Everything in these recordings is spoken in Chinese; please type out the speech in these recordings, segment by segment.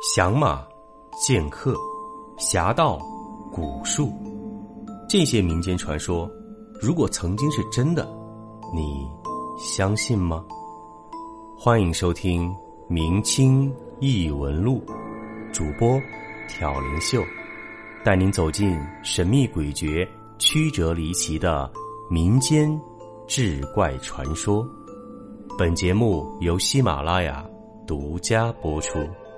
降马、剑客、侠盗、蛊术，这些民间传说，如果曾经是真的，你相信吗？欢迎收听《明清异闻录》，主播挑灵秀，带您走进神秘诡谲、曲折离奇的民间志怪传说。本节目由喜马拉雅独家播出。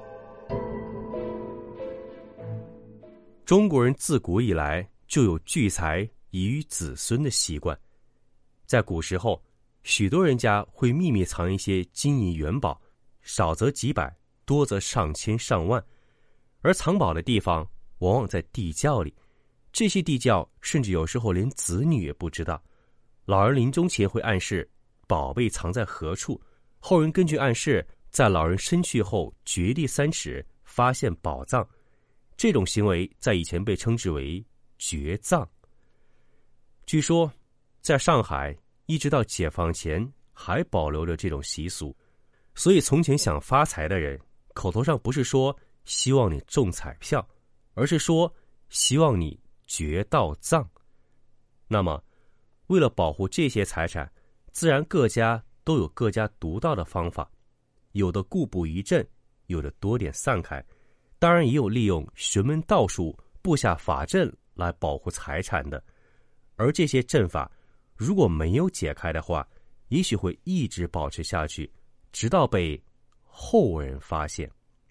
中国人自古以来就有聚财以予子孙的习惯，在古时候，许多人家会秘密藏一些金银元宝，少则几百，多则上千上万，而藏宝的地方往往在地窖里，这些地窖甚至有时候连子女也不知道。老人临终前会暗示宝贝藏在何处，后人根据暗示在老人身去后掘地3尺发现宝藏，这种行为在以前被称之为掘葬。据说在上海一直到解放前还保留着这种习俗，所以从前想发财的人口头上不是说希望你中彩票，而是说希望你掘到葬。那么为了保护这些财产，自然各家都有各家独到的方法，有的固步一阵，有的多点散开，当然也有利用玄门道术布下法阵来保护财产的。而这些阵法如果没有解开的话，也许会一直保持下去，直到被后人发现。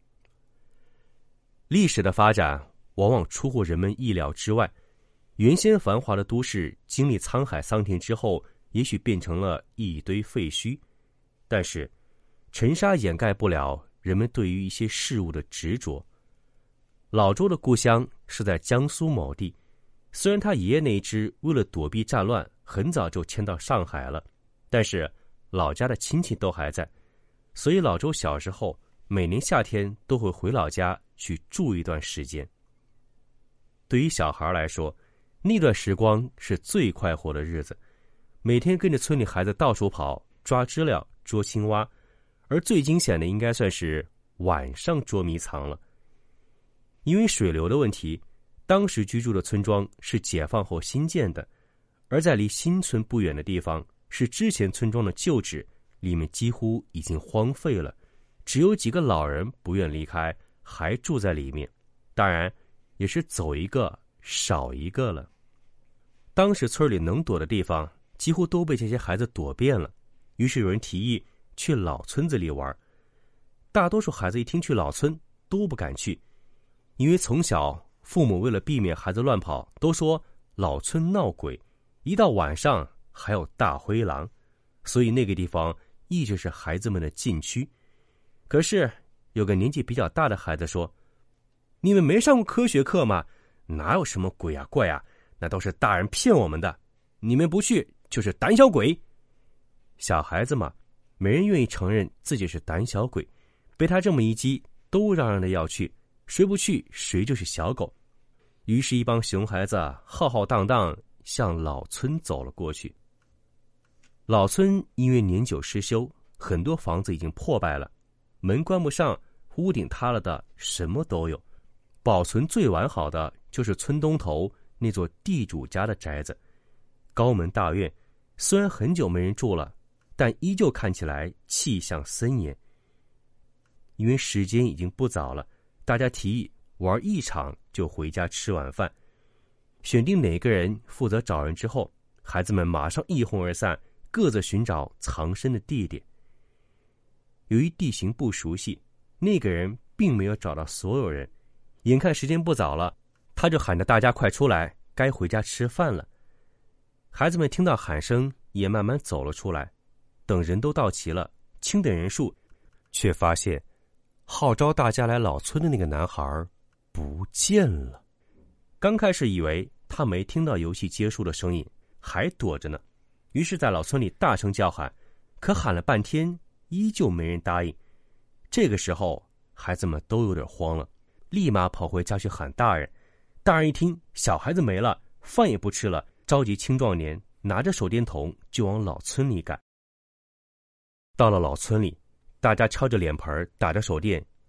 历史的发展往往出乎人们意料之外，原先繁华的都市经历沧海桑田之后，也许变成了一堆废墟，但是尘沙掩盖不了人们对于一些事物的执着。老周的故乡是在江苏某地，虽然他爷爷那一支为了躲避战乱很早就迁到上海了，但是老家的亲戚都还在，所以老周小时候每年夏天都会回老家去住一段时间。对于小孩来说，那段时光是最快活的日子，每天跟着村里孩子到处跑，抓知了、捉青蛙，而最惊险的应该算是晚上捉迷藏了。因为水流的问题，当时居住的村庄是解放后新建的，而在离新村不远的地方是之前村庄的旧址，里面几乎已经荒废了，只有几个老人不愿离开，还住在里面，当然也是走一个少一个了。当时村里能躲的地方几乎都被这些孩子躲遍了，于是有人提议去老村子里玩。大多数孩子一听去老村都不敢去，因为从小父母为了避免孩子乱跑，都说老村闹鬼，一到晚上还有大灰狼，所以那个地方一直是孩子们的禁区。可是有个年纪比较大的孩子说，你们没上过科学课吗？哪有什么鬼啊怪啊，那都是大人骗我们的，你们不去就是胆小鬼。小孩子嘛，没人愿意承认自己是胆小鬼，被他这么一激，都嚷嚷着要去，谁不去谁就是小狗。于是一帮熊孩子浩浩荡荡向老村走了过去。老村因为年久失修，很多房子已经破败了，门关不上，屋顶塌了的什么都有。保存最完好的就是村东头那座地主家的宅子，高门大院，虽然很久没人住了，但依旧看起来气象森严。因为时间已经不早了，大家提议玩一场就回家吃晚饭。选定哪个人负责找人之后，孩子们马上一哄而散，各自寻找藏身的地点。由于地形不熟悉，那个人并没有找到所有人，眼看时间不早了，他就喊着大家快出来，该回家吃饭了。孩子们听到喊声也慢慢走了出来，等人都到齐了，清点人数，却发现号召大家来老村的那个男孩不见了。刚开始以为他没听到游戏结束的声音，还躲着呢，于是在老村里大声叫喊，可喊了半天依旧没人答应。这个时候孩子们都有点慌了，立马跑回家去喊大人。大人一听小孩子没了，饭也不吃了，召集青壮年，拿着手电筒就往老村里赶。到了老村里，大家敲着脸盆，打着手电，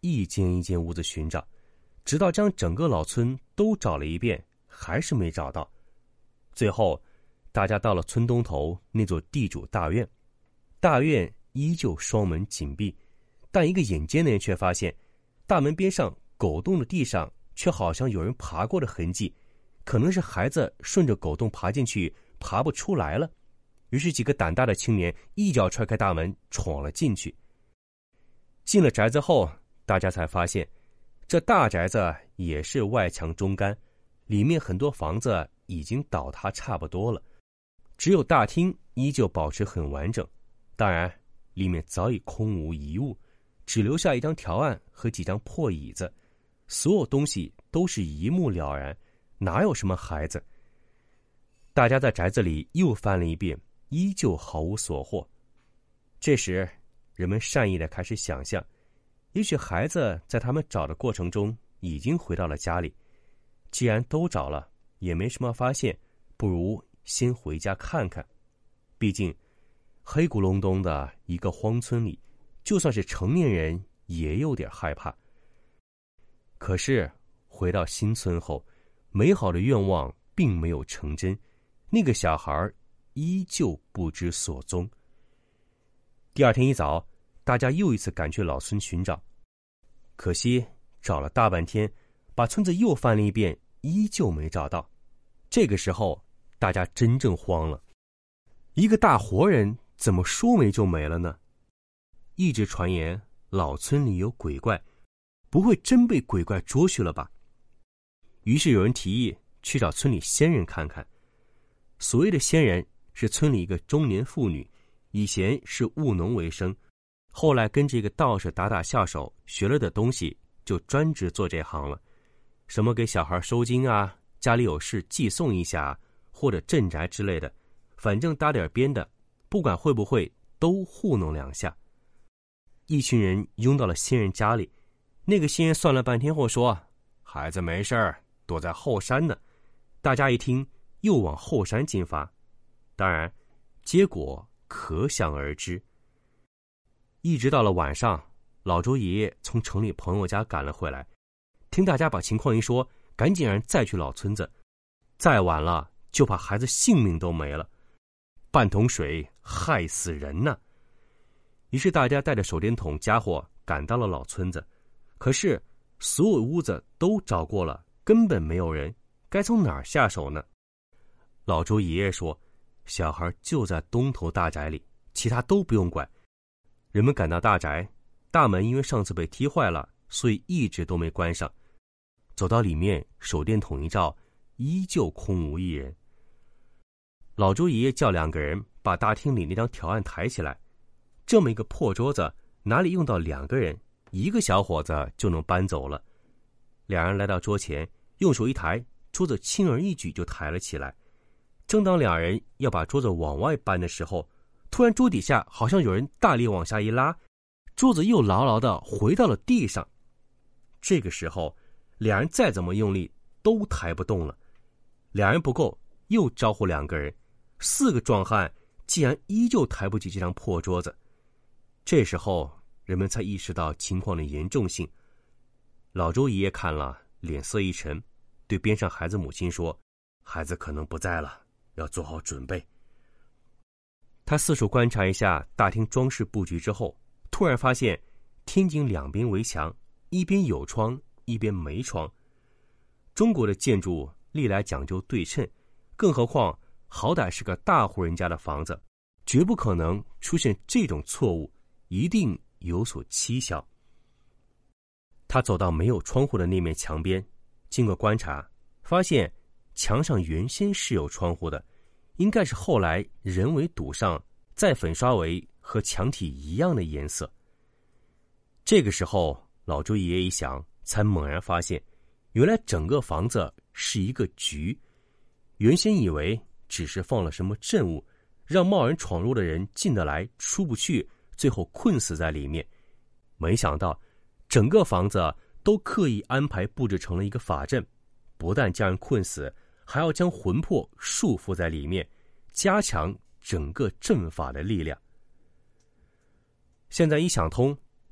一间一间屋子寻找，直到将整个老村都找了一遍，还是没找到。最后大家到了村东头那座地主大院，大院依旧双门紧闭，但一个眼尖的人却发现大门边上狗洞的地上却好像有人爬过的痕迹，可能是孩子顺着狗洞爬进去，爬不出来了。于是几个胆大的青年一脚踹开大门，闯了进去。进了宅子后，大家才发现这大宅子也是外墙中干，里面很多房子已经倒塌差不多了，只有大厅依旧保持很完整，当然里面早已空无一物，只留下一张条案和几张破椅子，所有东西都是一目了然，哪有什么孩子。大家在宅子里又翻了一遍，依旧毫无所获。这时人们善意地开始想象，也许孩子在他们找的过程中已经回到了家里，既然都找了也没什么发现，不如先回家看看。毕竟黑咕隆咚的一个荒村里，就算是成年人也有点害怕。可是回到新村后，美好的愿望并没有成真，那个小孩依旧不知所踪。第二天一早，大家又一次赶去老村寻找，可惜找了大半天，把村子又翻了一遍，依旧没找到。这个时候大家真正慌了，一个大活人怎么说没就没了呢？一直传言老村里有鬼怪，不会真被鬼怪捉去了吧？于是有人提议去找村里仙人看看。所谓的仙人是村里一个中年妇女，以前是务农为生，后来跟这个道士打下手，学了的东西就专职做这行了，什么给小孩收金啊，家里有事寄送一下，或者镇宅之类的，反正搭点边的，不管会不会都糊弄两下。一群人拥到了仙人家里，那个仙人算了半天后说，孩子没事儿，躲在后山呢。大家一听又往后山进发，当然结果可想而知。一直到了晚上，老周爷爷从城里朋友家赶了回来，听大家把情况一说，赶紧让人再去老村子，再晚了就怕孩子性命都没了，半桶水害死人呢。于是大家带着手电筒家伙赶到了老村子，可是所有屋子都找过了，根本没有人，该从哪儿下手呢？老周爷爷说，小孩就在东头大宅里，其他都不用管。人们赶到大宅，大门因为上次被踢坏了，所以一直都没关上。走到里面，手电筒一照，依旧空无一人。老周爷爷叫两个人把大厅里那张条案抬起来，这么一个破桌子，哪里用到两个人，一个小伙子就能搬走了。两人来到桌前，用手一抬，桌子轻而易举就抬了起来。正当两人要把桌子往外搬的时候，突然桌底下好像有人大力往下一拉，桌子又牢牢地回到了地上。这个时候两人再怎么用力都抬不动了。两人不够，又招呼两个人，4个壮汉竟然依旧抬不起这张破桌子。这时候人们才意识到情况的严重性。老周爷爷看了，脸色一沉，对边上孩子母亲说，孩子可能不在了，要做好准备。他四处观察一下大厅装饰布局之后，突然发现天井两边围墙，一边有窗，一边没窗。中国的建筑历来讲究对称，更何况好歹是个大户人家的房子，绝不可能出现这种错误，一定有所蹊跷。他走到没有窗户的那面墙边，经过观察，发现墙上原先是有窗户的，应该是后来人为堵上，再粉刷为和墙体一样的颜色。这个时候老周爷爷一想，才猛然发现原来整个房子是一个局。原先以为只是放了什么镇物，让贸然闯入的人进得来出不去，最后困死在里面，没想到整个房子都刻意安排布置成了一个法阵，不但将人困死，还要将魂魄束缚在里面，加强整个阵法的力量。现在一想通，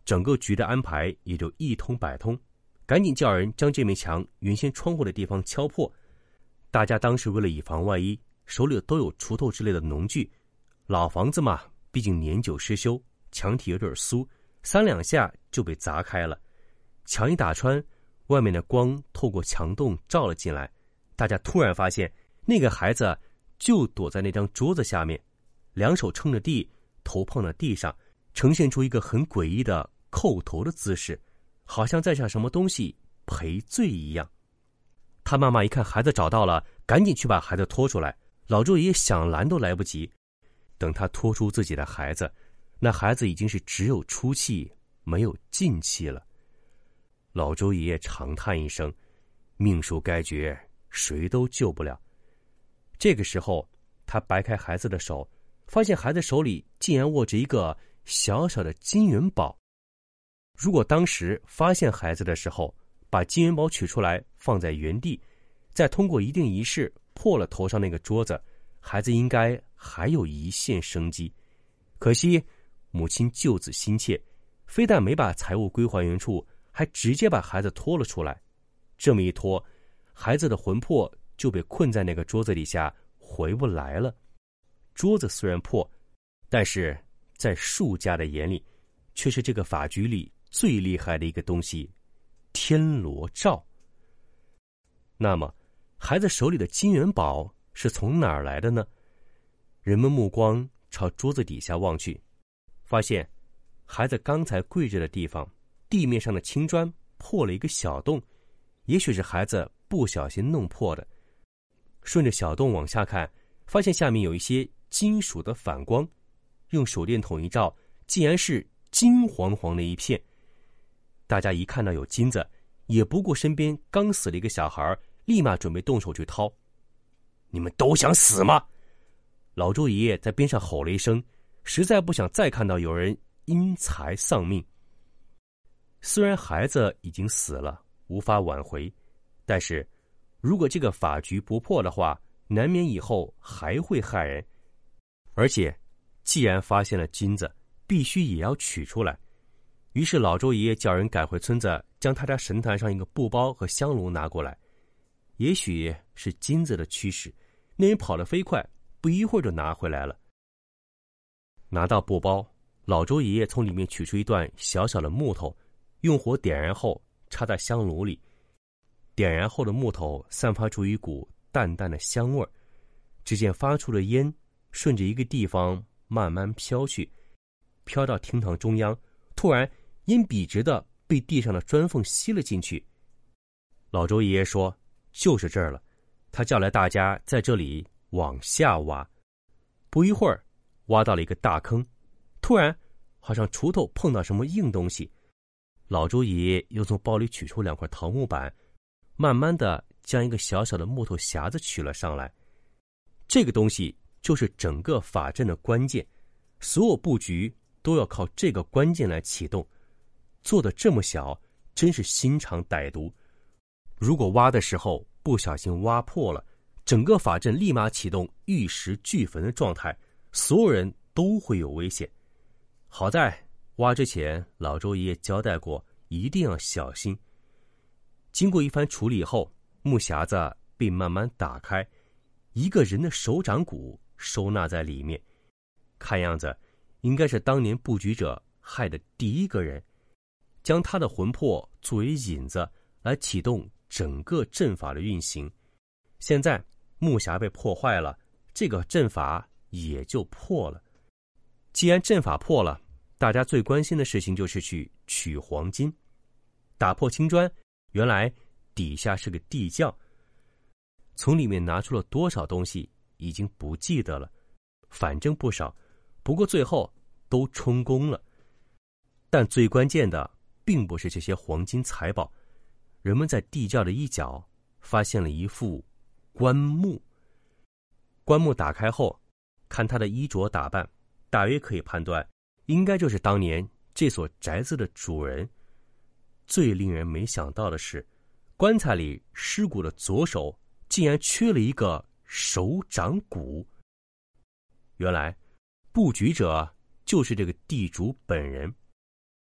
整个局的安排也就一通百通，赶紧叫人将这面墙原先窗户的地方敲破。大家当时为了以防万一，手里都有锄头之类的农具。老房子嘛，毕竟年久失修，墙体有点酥，3两下就被砸开了。墙一打穿，外面的光透过墙洞照了进来。大家突然发现，那个孩子就躲在那张桌子下面，两手撑着地，头碰在地上，呈现出一个很诡异的叩头的姿势，好像在向什么东西赔罪一样。他妈妈一看孩子找到了，赶紧去把孩子拖出来。老周爷爷想拦都来不及。等他拖出自己的孩子，那孩子已经是只有出气没有进气了。老周爷爷长叹一声，命数该绝，谁都救不了。这个时候，他掰开孩子的手，发现孩子手里竟然握着一个小小的金元宝。如果当时发现孩子的时候，把金元宝取出来放在原地，再通过一定仪式破了头上那个桌子，孩子应该还有一线生机。可惜母亲救子心切，非但没把财物归还原处，还直接把孩子拖了出来。这么一拖，孩子的魂魄就被困在那个桌子底下，回不来了。桌子虽然破，但是在术家的眼里，却是这个法局里最厉害的一个东西——天罗罩。那么孩子手里的金元宝是从哪儿来的呢？人们目光朝桌子底下望去，发现孩子刚才跪着的地方，地面上的青砖破了一个小洞，也许是孩子不小心弄破的。顺着小洞往下看，发现下面有一些金属的反光，用手电筒一照，竟然是金黄黄的一片。大家一看到有金子，也不顾身边刚死了一个小孩，立马准备动手去掏。你们都想死吗？老周爷爷在边上吼了一声，实在不想再看到有人因财丧命。虽然孩子已经死了，无法挽回，但是如果这个法局不破的话，难免以后还会害人。而且既然发现了金子，必须也要取出来。于是老周爷爷叫人赶回村子，将他家神坛上一个布包和香炉拿过来。也许是金子的驱使，那人跑得飞快，不一会儿就拿回来了。拿到布包，老周爷爷从里面取出一段小小的木头，用火点燃后插在香炉里。点燃后的木头散发出一股淡淡的香味儿，只见发出的烟顺着一个地方慢慢飘去，飘到厅堂中央，突然烟笔直的被地上的砖缝吸了进去。老周爷爷说，就是这儿了。他叫来大家在这里往下挖。不一会儿，挖到了一个大坑，突然好像锄头碰到什么硬东西。老周爷爷又从包里取出2块桃木板，慢慢的将一个小小的木头匣子取了上来。这个东西就是整个法阵的关键，所有布局都要靠这个关键来启动。做得这么小，真是心肠歹毒。如果挖的时候不小心挖破了，整个法阵立马启动玉石俱焚的状态，所有人都会有危险。好在挖之前老周爷爷交代过，一定要小心。经过一番处理后，木匣子被慢慢打开，一个人的手掌骨收纳在里面。看样子应该是当年布局者害的第一个人，将他的魂魄作为引子来启动整个阵法的运行。现在木匣被破坏了，这个阵法也就破了。既然阵法破了，大家最关心的事情就是去取黄金。打破青砖，原来底下是个地窖，从里面拿出了多少东西已经不记得了，反正不少，不过最后都充公了。但最关键的并不是这些黄金财宝，人们在地窖的一角发现了一副棺木。棺木打开后，看他的衣着打扮，大约可以判断应该就是当年这所宅子的主人。最令人没想到的是，棺材里尸骨的左手竟然缺了一个手掌骨。原来布局者就是这个地主本人。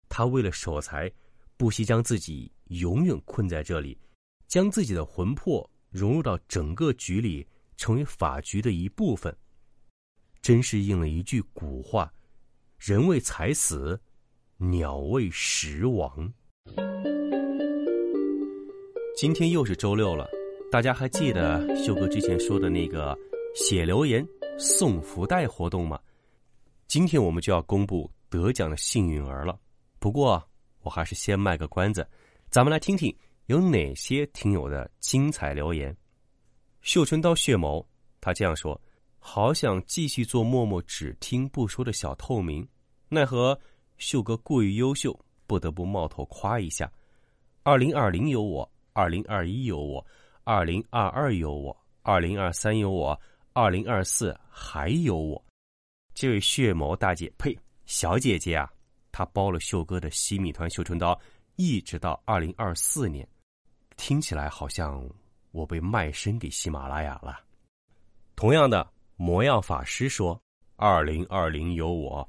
他为了守财，不惜将自己永远困在这里，将自己的魂魄融入到整个局里，成为法局的一部分。真是应了一句古话：人为财死，鸟为食亡。今天又是周六了，大家还记得秀哥之前说的那个写留言送福袋活动吗？今天我们就要公布得奖的幸运儿了。不过我还是先卖个关子，咱们来听听有哪些听友的精彩留言。绣春刀血谋他这样说：好想继续做默默只听不说的小透明，奈何秀哥过于优秀，不得不冒头夸一下。2020有我，2021有我，2022有我，2023有我，2024还有我。这位血谋大姐呸小姐姐啊，她包了秀哥的西米团绣春刀一直到2024年，听起来好像我被卖身给喜马拉雅了。同样的，魔药法师说2020有我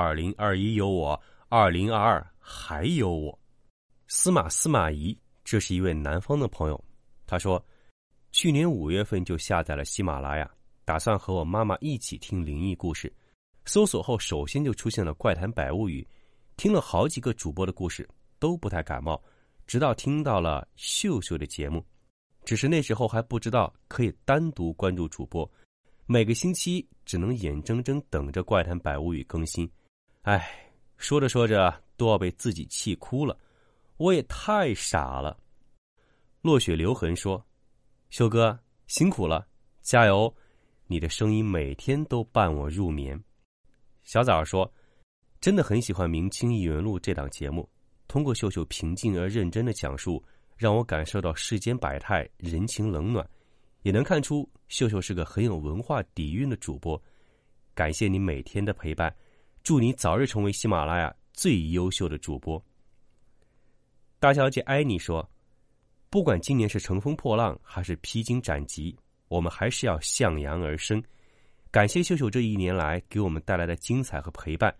，2021有我，2022还有我。司马懿，这是一位南方的朋友，他说去年5月份就下载了喜马拉雅，打算和我妈妈一起听灵异故事。搜索后首先就出现了怪谈百物语，听了好几个主播的故事都不太感冒，直到听到了秀秀的节目，只是那时候还不知道可以单独关注主播，每个星期只能眼睁睁等着怪谈百物语更新。唉，说着说着都要被自己气哭了，我也太傻了。落雪留痕说：秀哥辛苦了，加油，你的声音每天都伴我入眠。小枣说：真的很喜欢《明清异闻录》这档节目，通过秀秀平静而认真的讲述，让我感受到世间百态，人情冷暖，也能看出秀秀是个很有文化底蕴的主播。感谢你每天的陪伴，祝你早日成为喜马拉雅最优秀的主播。大小姐艾妮说：不管今年是乘风破浪还是披荆斩棘，我们还是要向阳而生。感谢秀秀这一年来给我们带来的精彩和陪伴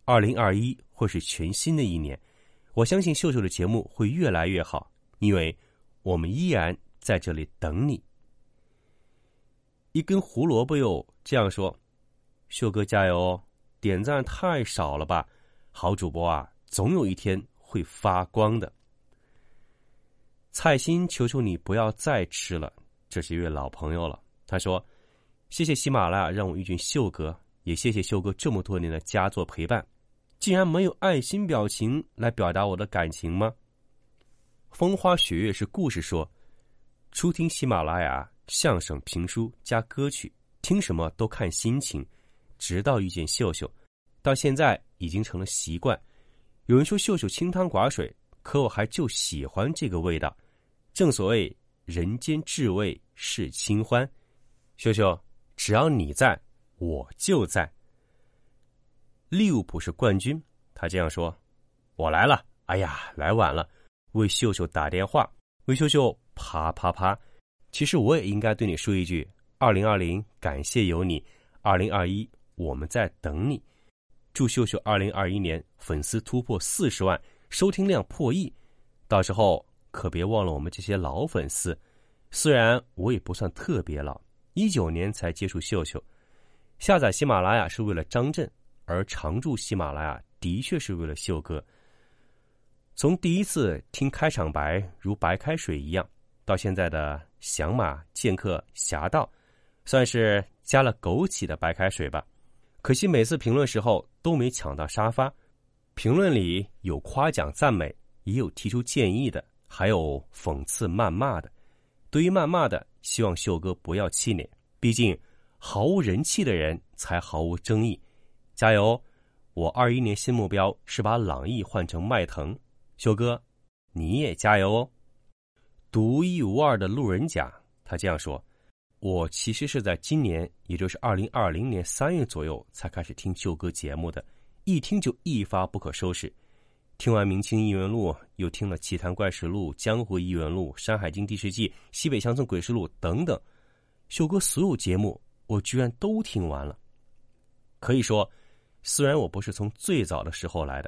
，2021会是全新的一年，我相信秀秀的节目会越来越好，因为我们依然在这里等你。一根胡萝卜哟这样说：秀哥加油哦，点赞太少了吧，好主播啊，总有一天会发光的。蔡心求求你不要再吃了，这是一位老朋友了，他说：谢谢喜马拉雅让我遇见秀哥，也谢谢秀哥这么多年的佳作陪伴，竟然没有爱心表情来表达我的感情吗？风花雪月是故事说：初听喜马拉雅相声评书加歌曲，听什么都看心情，直到遇见秀秀，到现在已经成了习惯。有人说秀秀清汤寡水，可我还就喜欢这个味道，正所谓人间至味是清欢。秀秀，只要你在，我就在。利物浦是冠军，他这样说：我来了，哎呀，来晚了，为秀秀打电话，为秀秀啪啪啪。其实我也应该对你说一句，2020感谢有你，2021我们在等你。祝秀秀2021年粉丝突破40万，收听量破亿，到时候可别忘了我们这些老粉丝。虽然我也不算特别老，19年才接触秀秀，下载喜马拉雅是为了张震，而常驻喜马拉雅的确是为了秀哥。从第一次听开场白如白开水一样，到现在的响马、剑客、侠盗，算是加了枸杞的白开水吧。可惜每次评论时候都没抢到沙发，评论里有夸奖赞美，也有提出建议的，还有讽刺谩骂的。对于谩骂的，希望秀哥不要气馁，毕竟毫无人气的人才毫无争议。加油！我21年新目标是把朗逸换成迈腾，秀哥你也加油哦。独一无二的路人甲他这样说：我其实是在今年，也就是2020年3月左右才开始听秀哥节目的，一听就一发不可收拾。听完《明清异闻录》，又听了《奇谈怪事录》《江湖异闻录》《山海经第10纪》《西北乡村鬼事录》等等，秀哥所有节目我居然都听完了。可以说，虽然我不是从最早的时候来的，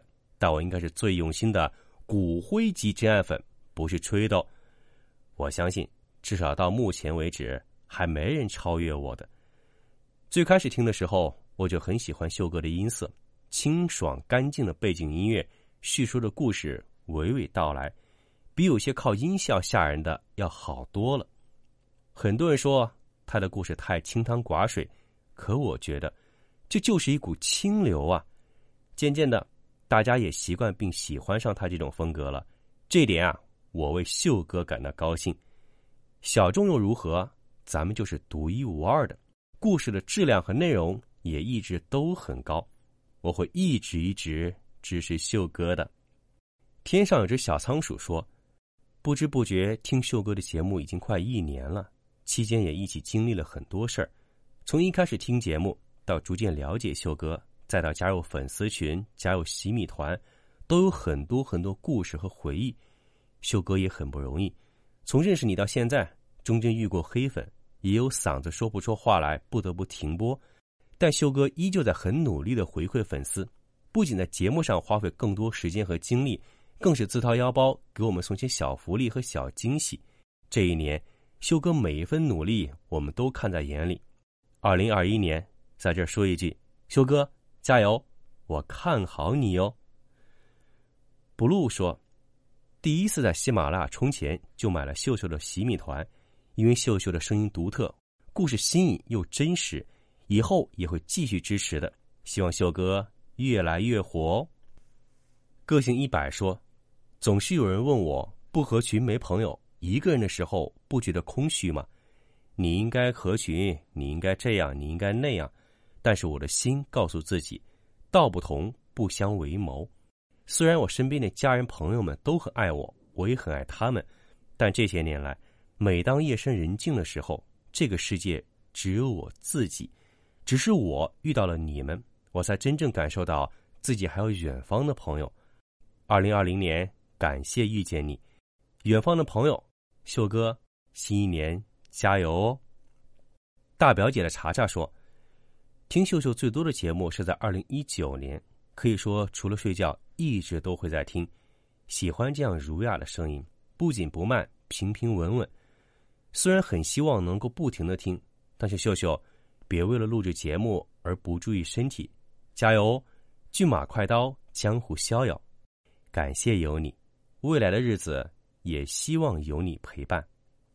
但我应该是最用心的骨灰级真爱粉，不是吹的。我相信至少到目前为止还没人超越我的。最开始听的时候，我就很喜欢秀哥的音色，清爽干净的背景音乐，叙述的故事娓娓道来，比有些靠音效吓人的要好多了。很多人说他的故事太清汤寡水，可我觉得这就是一股清流啊。渐渐的，大家也习惯并喜欢上他这种风格了，这一点啊，我为秀哥感到高兴。小众又如何？咱们就是独一无二的，故事的质量和内容也一直都很高，我会一直支持秀哥的。天上有只小仓鼠说，不知不觉听秀哥的节目已经快1年了，期间也一起经历了很多事儿，从一开始听节目到逐渐了解秀哥，再到加入粉丝群，加入洗米团，都有很多故事和回忆。秀哥也很不容易，从认识你到现在，中间遇过黑粉，也有嗓子说不出话来不得不停播，但秀哥依旧在很努力的回馈粉丝，不仅在节目上花费更多时间和精力，更是自掏腰包给我们送些小福利和小惊喜。这一年，秀哥每一分努力我们都看在眼里。2021年，在这儿说一句，秀哥加油，我看好你哦。blue 说，第一次在喜马拉雅充钱就买了秀秀的洗米团，因为秀秀的声音独特，故事新颖又真实，以后也会继续支持的，希望秀哥越来越火哦。个性100说，总是有人问我不合群没朋友，一个人的时候不觉得空虚吗？你应该合群，你应该这样，你应该那样，但是我的心告诉自己，道不同不相为谋。虽然我身边的家人朋友们都很爱我，我也很爱他们，但这些年来，每当夜深人静的时候，这个世界只有我自己，只是我遇到了你们，我才真正感受到自己还有远方的朋友。2020年，感谢遇见你，远方的朋友，秀哥，新一年加油哦。大表姐的查查说，听秀秀最多的节目是在2019年，可以说除了睡觉一直都会在听，喜欢这样儒雅的声音，不紧不慢，平平稳稳。虽然很希望能够不停的听，但是秀秀别为了录制节目而不注意身体，加油哦，骏马快刀，江湖逍遥。感谢有你，未来的日子也希望有你陪伴。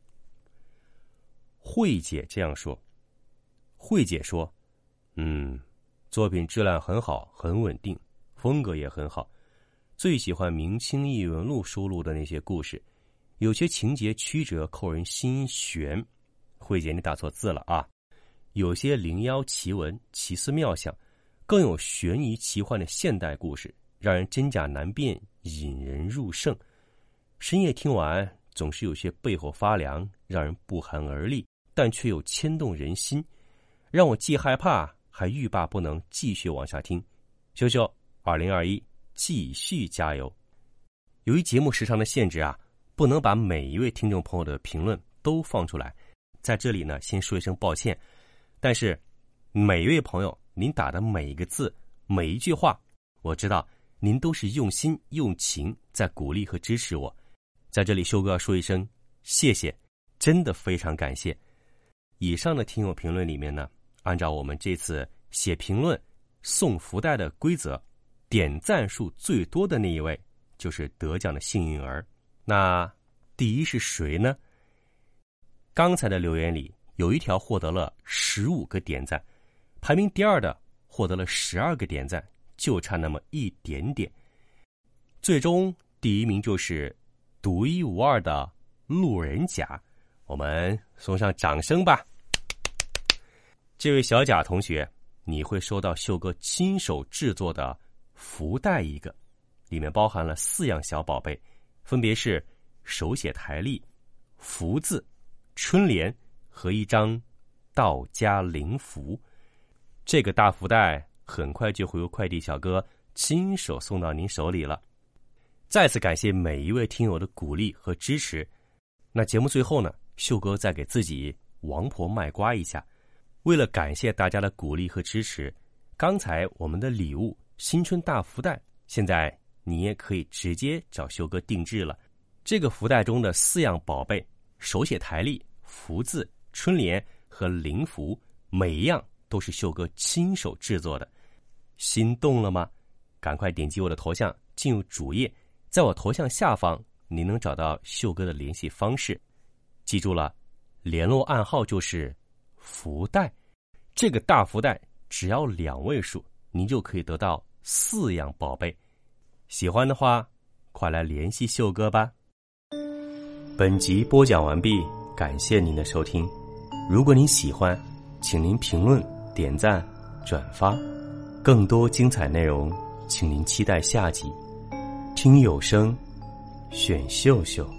慧姐这样说，慧姐说，作品质量很好，很稳定，风格也很好，最喜欢明清异闻录收录的那些故事，有些情节曲折，扣人心弦。慧姐你打错字了啊，有些灵妖奇闻，奇思妙想，更有悬疑奇幻的现代故事，让人真假难辨，引人入胜。深夜听完总是有些背后发凉，让人不寒而栗，但却又牵动人心，让我既害怕还欲罢不能，继续往下听。秀秀2021继续加油。由于节目时长的限制啊，不能把每一位听众朋友的评论都放出来，在这里呢先说一声抱歉，但是每一位朋友您打的每一个字，每一句话，我知道您都是用心用情在鼓励和支持我，在这里秀哥要说一声谢谢，真的非常感谢。以上的听友评论里面呢，按照我们这次写评论送福袋的规则，点赞数最多的那一位就是得奖的幸运儿。那第一是谁呢？刚才的留言里有一条获得了15个点赞，排名第二的获得了12个点赞，就差那么一点点。最终第一名就是独一无二的路人甲，我们送上掌声吧。这位小贾同学，你会收到秀哥亲手制作的福袋一个，里面包含了4样小宝贝，分别是手写台历、福字、春联和一张道家灵符。这个大福袋很快就会由快递小哥亲手送到您手里了。再次感谢每一位听友的鼓励和支持。那节目最后呢，秀哥再给自己王婆卖瓜一下。为了感谢大家的鼓励和支持，刚才我们的礼物新春大福袋，现在你也可以直接找秀哥定制了。这个福袋中的4样宝贝，手写台历、福字、春联和灵符，每一样都是秀哥亲手制作的。心动了吗？赶快点击我的头像进入主页，在我头像下方您能找到秀哥的联系方式。记住了，联络暗号就是福袋。这个大福袋只要2位数，您就可以得到4样宝贝。喜欢的话，快来联系秀哥吧。本集播讲完毕，感谢您的收听。如果您喜欢，请您评论、点赞、转发。更多精彩内容，请您期待下集。听有声，选秀秀。